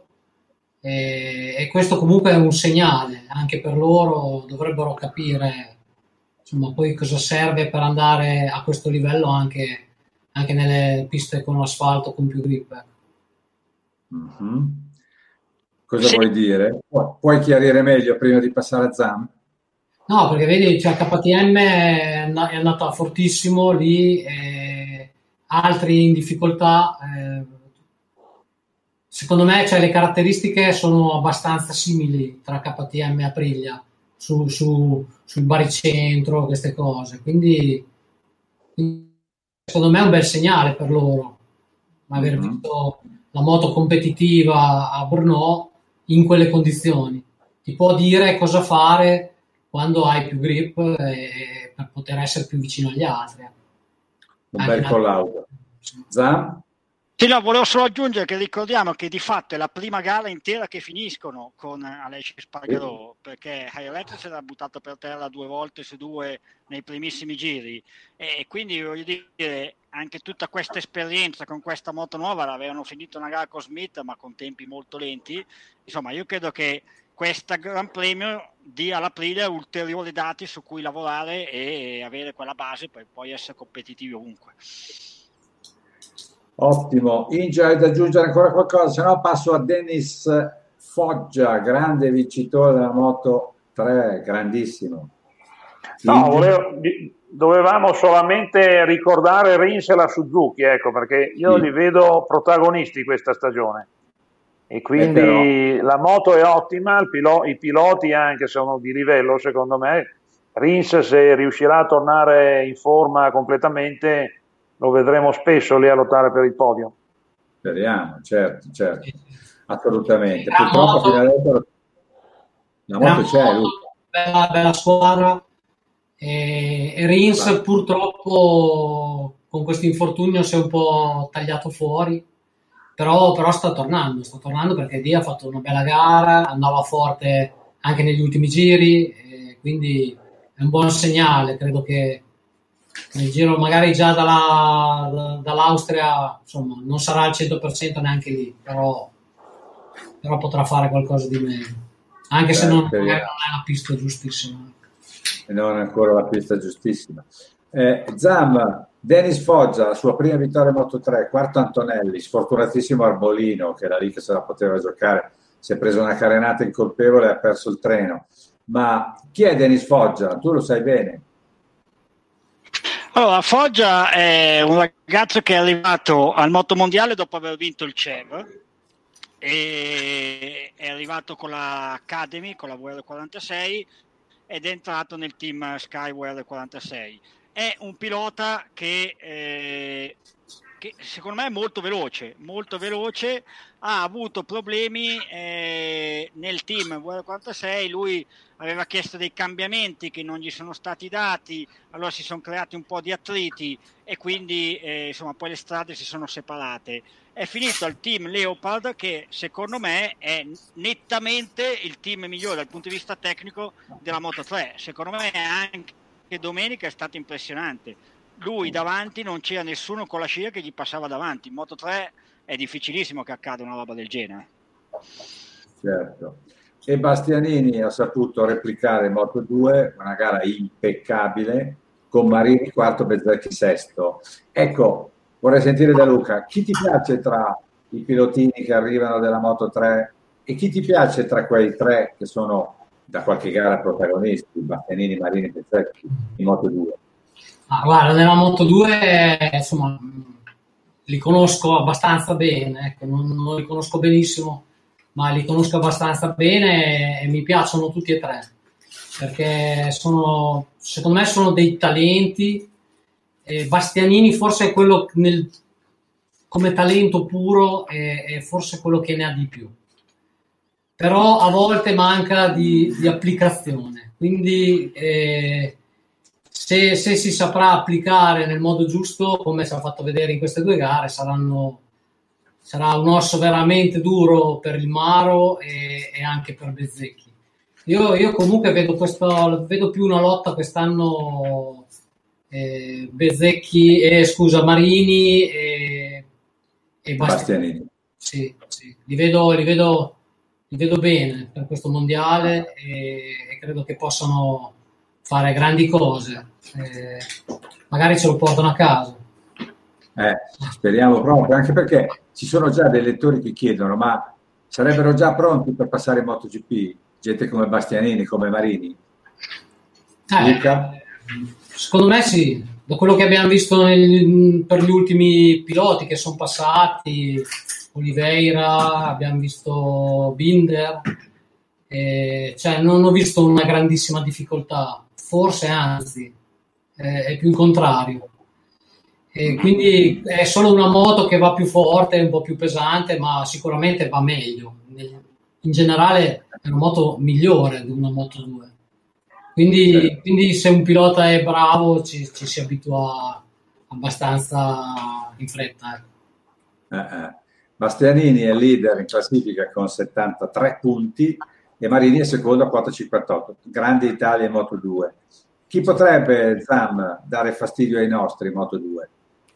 e questo comunque è un segnale anche per loro. Dovrebbero capire, insomma, poi cosa serve per andare a questo livello anche nelle piste con l'asfalto con più grip. Mm-hmm. Cosa vuoi dire? Puoi chiarire meglio prima di passare a Zam? No, perché vedi, cioè, KTM è andata fortissimo lì, altri in difficoltà. Secondo me, cioè, le caratteristiche sono abbastanza simili tra KTM e Aprilia sul baricentro, queste cose. Quindi secondo me è un bel segnale per loro aver visto la moto competitiva a Brno in quelle condizioni. Ti può dire cosa fare quando hai più grip, per poter essere più vicino agli altri. Un bel collaudo. Zam? Sì, no, volevo solo aggiungere che ricordiamo che di fatto è la prima gara intera che finiscono con Aleix Espargaró, perché Hayalette si era buttato per terra 2 volte su 2 nei primissimi giri, e quindi voglio dire, anche tutta questa esperienza con questa moto nuova l'avevano finito una gara con Smith, ma con tempi molto lenti. Insomma, io credo che questa Gran Premio dia all'Aprilia ulteriori dati su cui lavorare e avere quella base per poi essere competitivi ovunque. Ottimo. Inge, hai da aggiungere ancora qualcosa? Se no passo a Denis Foggia, grande vincitore della Moto 3, grandissimo. No, dovevamo solamente ricordare Rins e la Suzuki, ecco, perché io li vedo protagonisti questa stagione, e quindi la moto è ottima, i piloti anche sono di livello, secondo me. Rins, se riuscirà a tornare in forma completamente, lo vedremo spesso lì a lottare per il podio. Speriamo, certo, assolutamente. Purtroppo fino adesso la moto c'è, bella squadra, e Rins purtroppo con questo infortunio si è un po' tagliato fuori, però sta tornando perché Dia ha fatto una bella gara, andava forte anche negli ultimi giri, quindi è un buon segnale. Credo che nel giro magari già dall'Austria, insomma, non sarà al 100% neanche lì, però potrà fare qualcosa di meglio, anche se non è la pista giustissima. Non è ancora la pista giustissima. Zam, Denis Foggia, la sua prima vittoria in Moto 3, quarto Antonelli, sfortunatissimo Arbolino, che era lì che se la poteva giocare, si è preso una carenata incolpevole e ha perso il treno. Ma chi è Denis Foggia? Tu lo sai bene. Allora, Foggia è un ragazzo che è arrivato al motomondiale dopo aver vinto il CEV, e è arrivato con la Academy, con la VR46, ed è entrato nel team Skywell 46. È un pilota che secondo me è molto veloce, ha avuto problemi nel team VR46, lui aveva chiesto dei cambiamenti che non gli sono stati dati, allora si sono creati un po' di attriti e quindi insomma poi le strade si sono separate. È finito al team Leopard, che secondo me è nettamente il team migliore dal punto di vista tecnico della Moto3. Secondo me anche domenica è stato impressionante. Lui davanti non c'era nessuno con la scia che gli passava davanti. In Moto3 è difficilissimo che accada una roba del genere. Certo. E Bastianini ha saputo replicare in Moto2 una gara impeccabile con Marini quarto, Bezzecchi sesto. Ecco, vorrei sentire da Luca, chi ti piace tra i pilotini che arrivano della Moto3 e chi ti piace tra quei tre che sono da qualche gara protagonisti, Bastianini, Marini, Bezzecchi in Moto2? Guarda, nella Moto2 insomma li conosco abbastanza bene, ecco, non li conosco benissimo, ma li conosco abbastanza bene e mi piacciono tutti e tre, perché secondo me sono dei talenti. Bastianini forse è quello come talento puro è forse quello che ne ha di più, però a volte manca di applicazione, quindi se si saprà applicare nel modo giusto, come si è fatto vedere in queste due gare, sarà un osso veramente duro per il Maro e anche per Bezzecchi. Io comunque vedo più una lotta quest'anno Marini e Bastianini. Sì, li vedo bene per questo mondiale e credo che possano fare grandi cose. Magari ce lo portano a casa. Speriamo proprio, anche perché ci sono già dei lettori che chiedono: ma sarebbero già pronti per passare in MotoGP? Gente come Bastianini, come Marini? Luca? Secondo me sì, da quello che abbiamo visto per gli ultimi piloti che sono passati, Oliveira, abbiamo visto Binder, cioè non ho visto una grandissima difficoltà, forse anzi è più il contrario. Quindi è solo una moto che va più forte, un po' più pesante, ma sicuramente va meglio. In generale è una moto migliore di una Moto2. Quindi se un pilota è bravo ci si abitua abbastanza in fretta. Bastianini è leader in classifica con 73 punti e Marini è secondo a 4,58. Grande Italia in Moto2. Chi potrebbe, Zam, dare fastidio ai nostri in Moto2?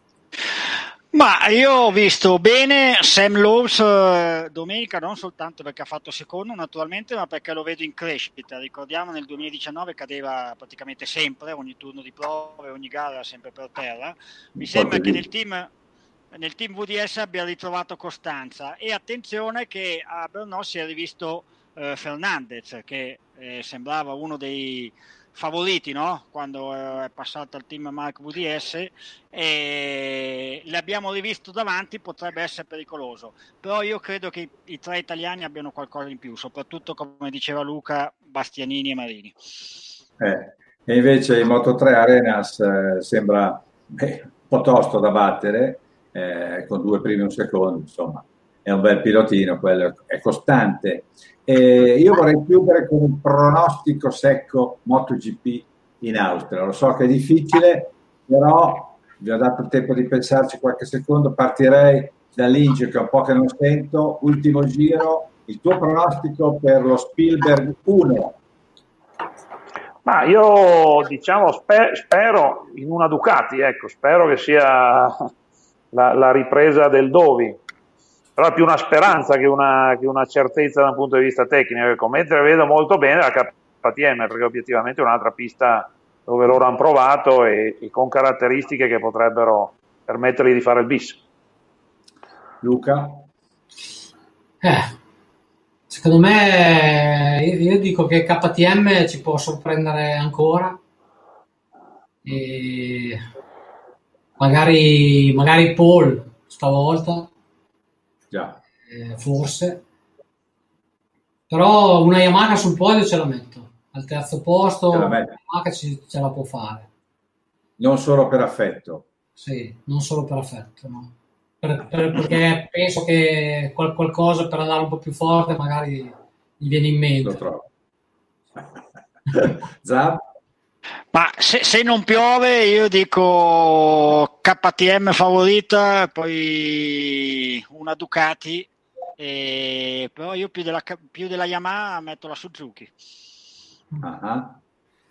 Ma io ho visto bene Sam Lowes domenica, non soltanto perché ha fatto secondo naturalmente, ma perché lo vedo in crescita. Ricordiamo nel 2019 cadeva praticamente sempre, ogni turno di prove, ogni gara sempre per terra. Mi sembra che nel team VDS abbia ritrovato costanza, e attenzione che a Brno si è rivisto Fernandez, che sembrava uno dei favoriti, no? Quando è passato al team Mark VDS, e l'abbiamo rivisto davanti, potrebbe essere pericoloso, però io credo che i tre italiani abbiano qualcosa in più, soprattutto come diceva Luca, Bastianini e Marini. E invece in Moto3 Arenas sembra un po' tosto da battere, con 2 primi e 1 secondo, insomma è un bel pilotino, quello è costante. Io vorrei chiudere con un pronostico secco MotoGP in Austria. Lo so che è difficile, però vi ho dato il tempo di pensarci qualche secondo. Partirei da Linge, che è un po' che non sento. Ultimo giro, il tuo pronostico per lo Spielberg 1? Ma io spero in una Ducati, ecco, spero che sia la ripresa del Dovi. Però è più una speranza che una certezza da un punto di vista tecnico. Ecco, mentre vedo molto bene la KTM, perché obiettivamente è un'altra pista dove loro hanno provato e con caratteristiche che potrebbero permettergli di fare il bis. Luca? Secondo me, io dico che KTM ci può sorprendere ancora, e magari Paul stavolta. Già. Forse, però una Yamaha sul podio ce la metto, al terzo posto ce la può fare. Non solo per affetto. Sì, non solo per affetto, no. Perché penso che qualcosa per andare un po' più forte magari gli viene in mente. Lo trovo. Zab? Ma se non piove io dico KTM favorita, poi una Ducati, però io più della Yamaha metto la Suzuki. Va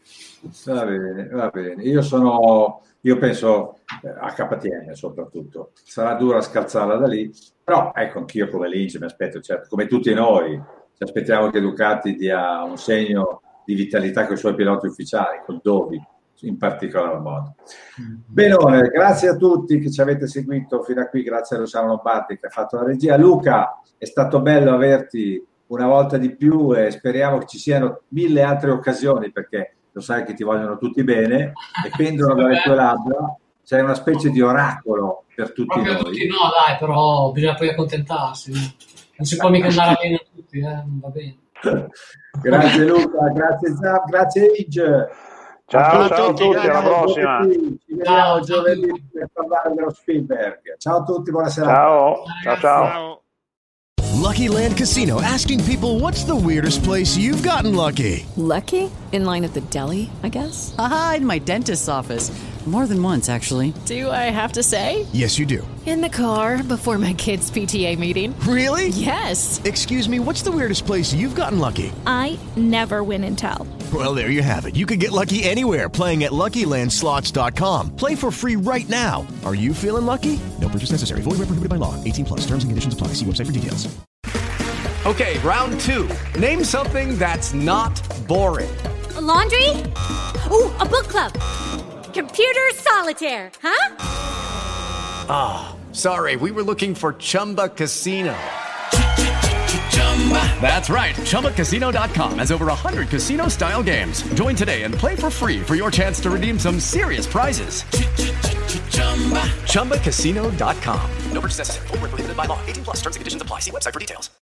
bene. Io penso a KTM soprattutto. Sarà dura scalzarla da lì, però ecco, anch'io come Lynch mi aspetto, certo, come tutti noi, ci aspettiamo che Ducati dia un segno di vitalità con i suoi piloti ufficiali, con Dovi in particolar modo. Bene, grazie a tutti che ci avete seguito fino a qui, grazie a Luciano Lombardi che ha fatto la regia. Luca, è stato bello averti una volta di più e speriamo che ci siano 1000 altre occasioni, perché lo sai che ti vogliono tutti bene e pendono dalle tue labbra, sei una specie di oracolo per tutti proprio noi. Tutti no, dai, però bisogna poi accontentarsi, non si può mica andare bene a tutti, non va bene. Grazie Luca, grazie Zab, grazie Ige. Ciao a tutti, alla prossima. Ci vediamo giovedì per parlare dello Spielberg. Ciao a tutti, buona serata. Ciao. Lucky Land Casino, asking people, what's the weirdest place you've gotten lucky? Lucky? In line at the deli, I guess? Aha, in my dentist's office. More than once, actually. Do I have to say? Yes, you do. In the car before my kids' PTA meeting. Really? Yes. Excuse me, what's the weirdest place you've gotten lucky? I never win and tell. Well, there you have it. You can get lucky anywhere, playing at LuckyLandSlots.com. Play for free right now. Are you feeling lucky? No purchase necessary. Void where prohibited by law. 18+. Terms and conditions apply. See website for details. Okay, round 2. Name something that's not boring. A laundry? Ooh, a book club. Computer solitaire, huh? Ah, sorry. We were looking for Chumba Casino. That's right. ChumbaCasino.com has over 100 casino-style games. Join today and play for free for your chance to redeem some serious prizes. ChumbaCasino.com. No purchase necessary. Void where prohibited by law. 18+. Terms and conditions apply. See website for details.